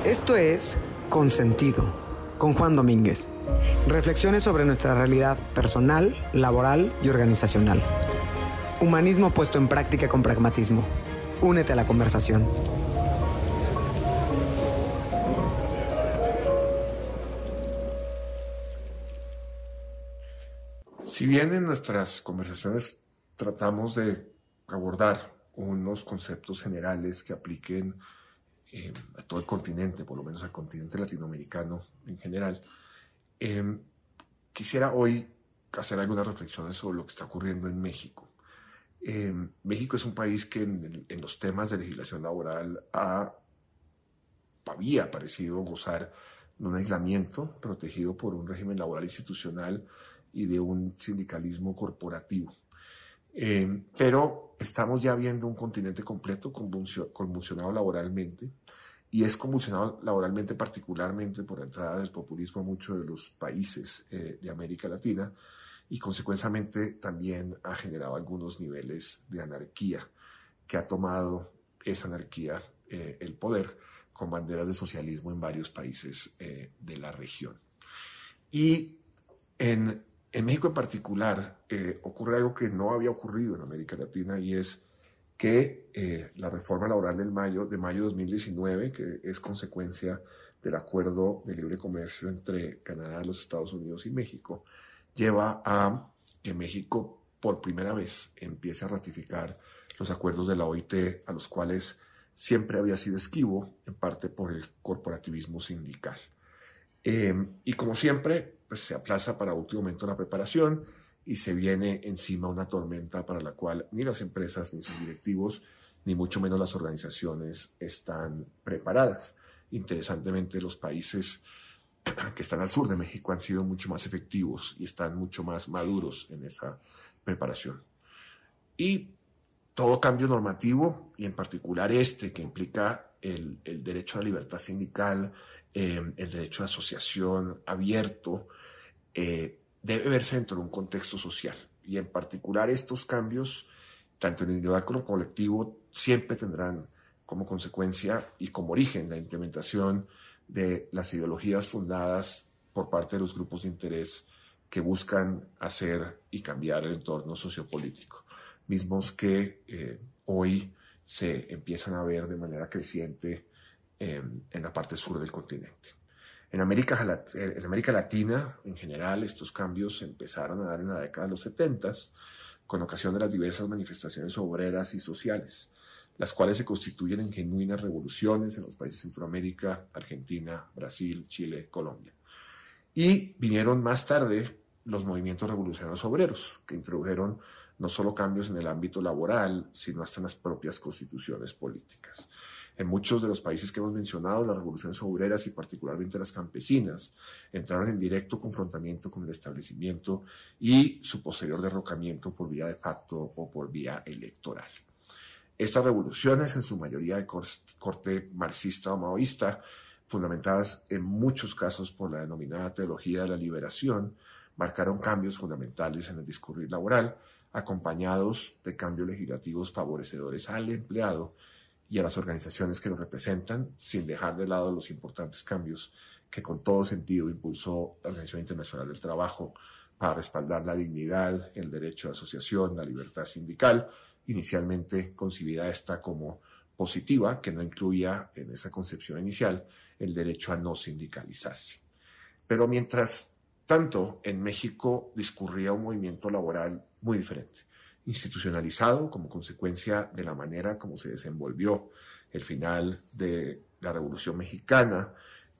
Esto es Consentido, con Juan Domínguez. Reflexiones sobre nuestra realidad personal, laboral y organizacional. Humanismo puesto en práctica con pragmatismo. Únete a la conversación. Si bien en nuestras conversaciones tratamos de abordar unos conceptos generales que apliquen a todo el continente, por lo menos al continente latinoamericano en general, quisiera hoy hacer algunas reflexiones sobre lo que está ocurriendo en México. México es un país que en los temas de legislación laboral había parecido gozar de un aislamiento protegido por un régimen laboral institucional y de un sindicalismo corporativo. Pero estamos ya viendo un continente completo convulsionado laboralmente, y es convulsionado laboralmente particularmente por la entrada del populismo a muchos de los países de América Latina, y consecuentemente también ha generado algunos niveles de anarquía, que ha tomado esa anarquía el poder con banderas de socialismo en varios países de la región. Y en México en particular ocurre algo que no había ocurrido en América Latina, y es que la reforma laboral de mayo de 2019, que es consecuencia del acuerdo de libre comercio entre Canadá, los Estados Unidos y México, lleva a que México por primera vez empiece a ratificar los acuerdos de la OIT, a los cuales siempre había sido esquivo, en parte por el corporativismo sindical. Y como siempre, pues se aplaza para último momento la preparación y se viene encima una tormenta para la cual ni las empresas, ni sus directivos, ni mucho menos las organizaciones están preparadas. Interesantemente, los países que están al sur de México han sido mucho más efectivos y están mucho más maduros en esa preparación. Y todo cambio normativo, y en particular que implica el derecho a la libertad sindical, el derecho de asociación abierto, debe verse dentro de un contexto social. Y en particular estos cambios, tanto en el individual como colectivo, siempre tendrán como consecuencia y como origen la implementación de las ideologías fundadas por parte de los grupos de interés que buscan hacer y cambiar el entorno sociopolítico, mismos que hoy se empiezan a ver de manera creciente en la parte sur del continente. En América Latina, en general, estos cambios se empezaron a dar en la década de los 70, con ocasión de las diversas manifestaciones obreras y sociales, las cuales se constituyen en genuinas revoluciones en los países de Centroamérica, Argentina, Brasil, Chile, Colombia. Y vinieron más tarde los movimientos revolucionarios obreros, que introdujeron no solo cambios en el ámbito laboral, sino hasta en las propias constituciones políticas. En muchos de los países que hemos mencionado, las revoluciones obreras y particularmente las campesinas entraron en directo confrontamiento con el establecimiento y su posterior derrocamiento por vía de facto o por vía electoral. Estas revoluciones, en su mayoría de corte marxista o maoísta, fundamentadas en muchos casos por la denominada teología de la liberación, marcaron cambios fundamentales en el discurrir laboral, acompañados de cambios legislativos favorecedores al empleado y a las organizaciones que lo representan, sin dejar de lado los importantes cambios que con todo sentido impulsó la Organización Internacional del Trabajo para respaldar la dignidad, el derecho de asociación, la libertad sindical, inicialmente concebida esta como positiva, que no incluía en esa concepción inicial el derecho a no sindicalizarse. Pero mientras tanto, en México discurría un movimiento laboral muy diferente, institucionalizado como consecuencia de la manera como se desenvolvió el final de la Revolución Mexicana,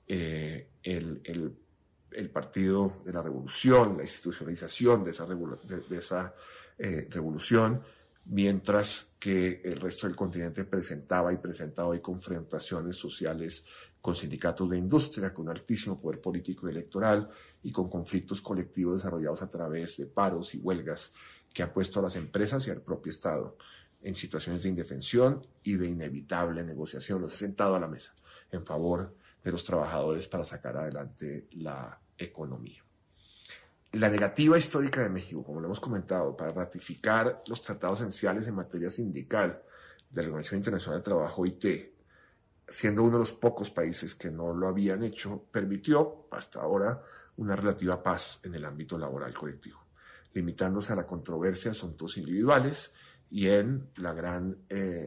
el Partido de la Revolución, la institucionalización de esa revolución, mientras que el resto del continente presentaba y presenta hoy confrontaciones sociales con sindicatos de industria, con altísimo poder político y electoral, y con conflictos colectivos desarrollados a través de paros y huelgas que han puesto a las empresas y al propio Estado en situaciones de indefensión y de inevitable negociación. Los ha sentado a la mesa en favor de los trabajadores para sacar adelante la economía. La negativa histórica de México, como lo hemos comentado, para ratificar los tratados esenciales en materia sindical de la Organización Internacional del Trabajo, OIT, siendo uno de los pocos países que no lo habían hecho, permitió hasta ahora una relativa paz en el ámbito laboral colectivo, limitándose a la controversia de asuntos individuales y en gran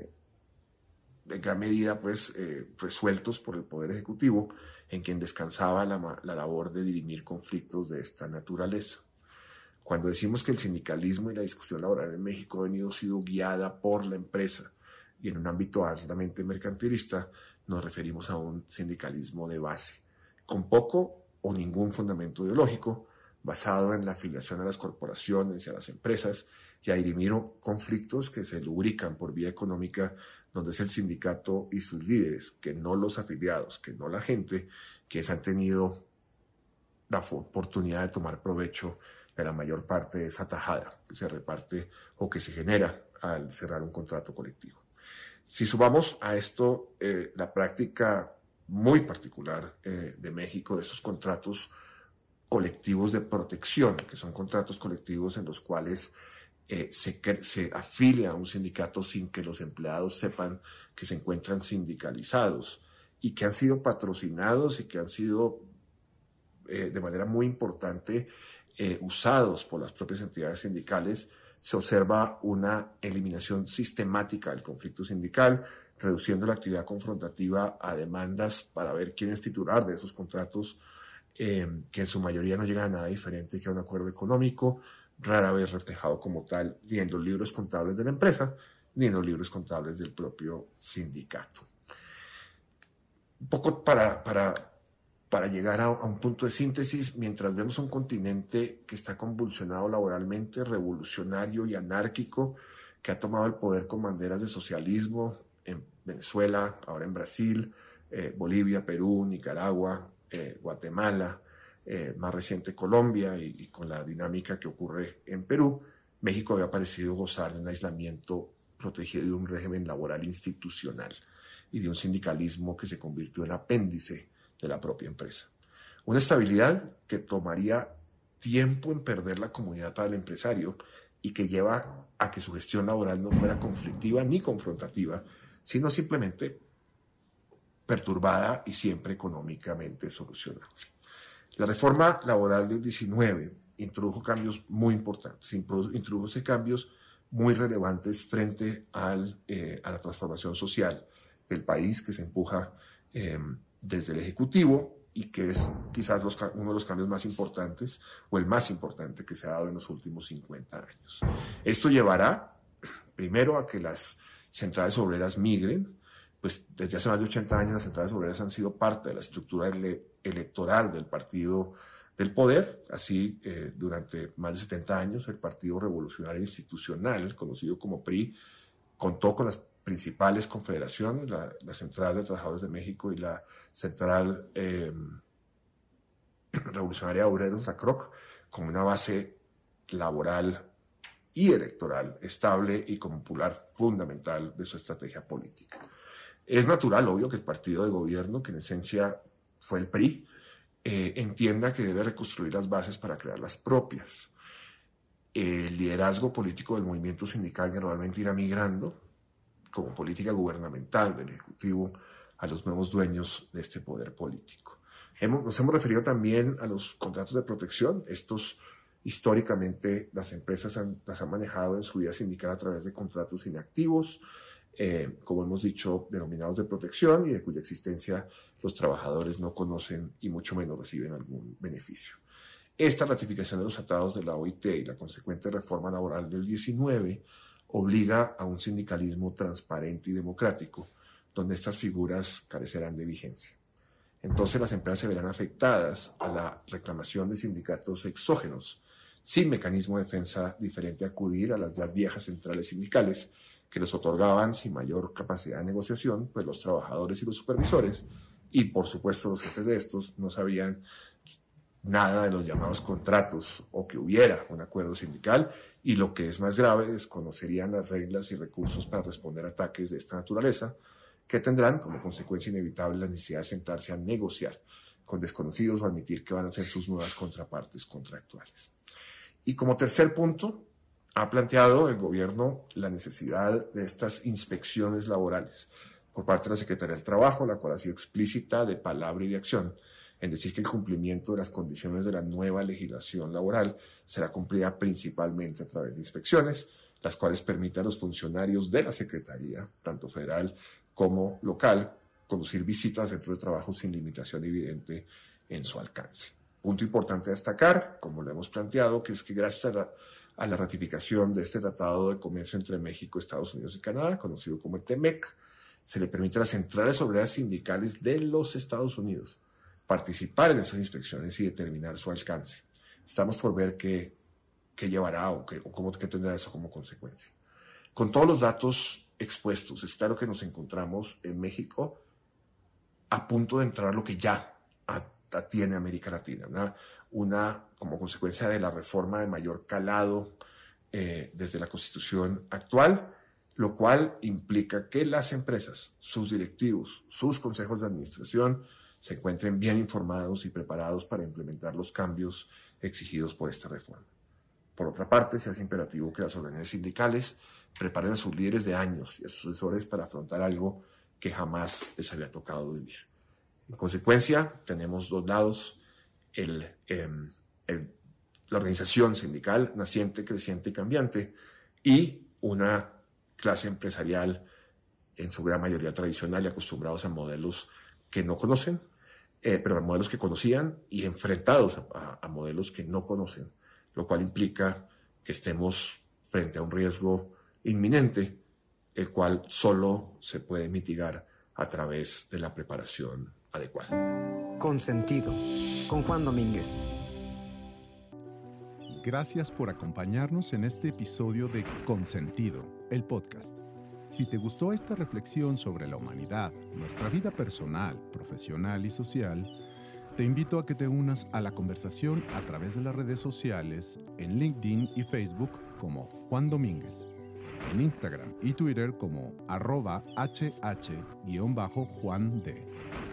medida pues, resueltos por el Poder Ejecutivo, en quien descansaba la labor de dirimir conflictos de esta naturaleza. Cuando decimos que el sindicalismo y la discusión laboral en México ha sido guiada por la empresa y en un ámbito altamente mercantilista, nos referimos a un sindicalismo de base, con poco o ningún fundamento ideológico, basado en la afiliación a las corporaciones y a las empresas y a dirimir conflictos que se lubrican por vía económica, donde es el sindicato y sus líderes, que no los afiliados, que no la gente, que han tenido la oportunidad de tomar provecho de la mayor parte de esa tajada que se reparte o que se genera al cerrar un contrato colectivo. Si sumamos a esto la práctica muy particular de México, de esos contratos colectivos de protección, que son contratos colectivos en los cuales se afilia a un sindicato sin que los empleados sepan que se encuentran sindicalizados y que han sido patrocinados y que han sido de manera muy importante usados por las propias entidades sindicales, se observa una eliminación sistemática del conflicto sindical, reduciendo la actividad confrontativa a demandas para ver quién es titular de esos contratos, que en su mayoría no llegan a nada diferente que a un acuerdo económico, rara vez reflejado como tal ni en los libros contables de la empresa, ni en los libros contables del propio sindicato. Un poco para llegar a un punto de síntesis, mientras vemos un continente que está convulsionado laboralmente, revolucionario y anárquico, que ha tomado el poder con banderas de socialismo en Venezuela, ahora en Brasil, Bolivia, Perú, Nicaragua, Guatemala, más reciente Colombia y con la dinámica que ocurre en Perú, México había parecido gozar de un aislamiento protegido de un régimen laboral institucional y de un sindicalismo que se convirtió en apéndice de la propia empresa. Una estabilidad que tomaría tiempo en perder la comodidad para el empresario y que lleva a que su gestión laboral no fuera conflictiva ni confrontativa, sino simplemente perturbada y siempre económicamente solucionable. La reforma laboral del 19 introdujo cambios muy importantes, introdujo cambios muy relevantes frente a la transformación social del país que se empuja desde el Ejecutivo y que es quizás uno de los cambios más importantes o el más importante que se ha dado en los últimos 50 años. Esto llevará primero a que las centrales obreras migren, pues desde hace más de 80 años las centrales obreras han sido parte de la estructura electoral del partido del poder. Así, durante más de 70 años, el Partido Revolucionario Institucional, conocido como PRI, contó con las principales confederaciones, la Central de Trabajadores de México y la Central Revolucionaria de Obreros, la CROC, como una base laboral y electoral estable y como pilar fundamental de su estrategia política. Es natural, obvio, que el partido de gobierno, que en esencia fue el PRI, entienda que debe reconstruir las bases para crear las propias. El liderazgo político del movimiento sindical gradualmente irá migrando como política gubernamental del Ejecutivo a los nuevos dueños de este poder político. Nos hemos referido también a los contratos de protección. Estos históricamente las empresas las han manejado en su vida sindical a través de contratos inactivos, como hemos dicho, denominados de protección y de cuya existencia los trabajadores no conocen y mucho menos reciben algún beneficio. Esta ratificación de los tratados de la OIT y la consecuente reforma laboral del 19 obliga a un sindicalismo transparente y democrático, donde estas figuras carecerán de vigencia. Entonces las empresas se verán afectadas a la reclamación de sindicatos exógenos, sin mecanismo de defensa diferente a acudir a las ya viejas centrales sindicales que les otorgaban sin mayor capacidad de negociación, pues los trabajadores y los supervisores, y por supuesto los jefes de estos, no sabían nada de los llamados contratos o que hubiera un acuerdo sindical, y lo que es más grave, desconocerían las reglas y recursos para responder a ataques de esta naturaleza, que tendrán como consecuencia inevitable la necesidad de sentarse a negociar con desconocidos o admitir que van a ser sus nuevas contrapartes contractuales. Y como tercer punto, ha planteado el gobierno la necesidad de estas inspecciones laborales por parte de la Secretaría del Trabajo, la cual ha sido explícita de palabra y de acción, en decir que el cumplimiento de las condiciones de la nueva legislación laboral será cumplida principalmente a través de inspecciones, las cuales permitan a los funcionarios de la Secretaría, tanto federal como local, conducir visitas a centros de trabajo sin limitación evidente en su alcance. Punto importante a destacar, como lo hemos planteado, que es que gracias a la ratificación de este Tratado de Comercio entre México, Estados Unidos y Canadá, conocido como el TEMEC, se le permite a las centrales obreras sindicales de los Estados Unidos participar en esas inspecciones y determinar su alcance. Estamos por ver qué llevará o qué tendrá eso como consecuencia. Con todos los datos expuestos, es claro que nos encontramos en México a punto de entrar a lo que ya tiene América Latina, una como consecuencia de la reforma de mayor calado desde la Constitución actual, lo cual implica que las empresas, sus directivos, sus consejos de administración se encuentren bien informados y preparados para implementar los cambios exigidos por esta reforma. Por otra parte, se hace imperativo que las organizaciones sindicales preparen a sus líderes de años y a sus sucesores para afrontar algo que jamás les había tocado vivir. En consecuencia, tenemos dos lados, la organización sindical naciente, creciente y cambiante, y una clase empresarial en su gran mayoría tradicional y acostumbrados a modelos que no conocen, pero a modelos que conocían y enfrentados a modelos que no conocen, lo cual implica que estemos frente a un riesgo inminente, el cual solo se puede mitigar a través de la preparación adecuada. Consentido, con Juan Domínguez. Gracias por acompañarnos en este episodio de Consentido, el podcast. Si te gustó esta reflexión sobre la humanidad, nuestra vida personal, profesional y social, te invito a que te unas a la conversación a través de las redes sociales en LinkedIn y Facebook como Juan Domínguez, en Instagram y Twitter como @hh_juand.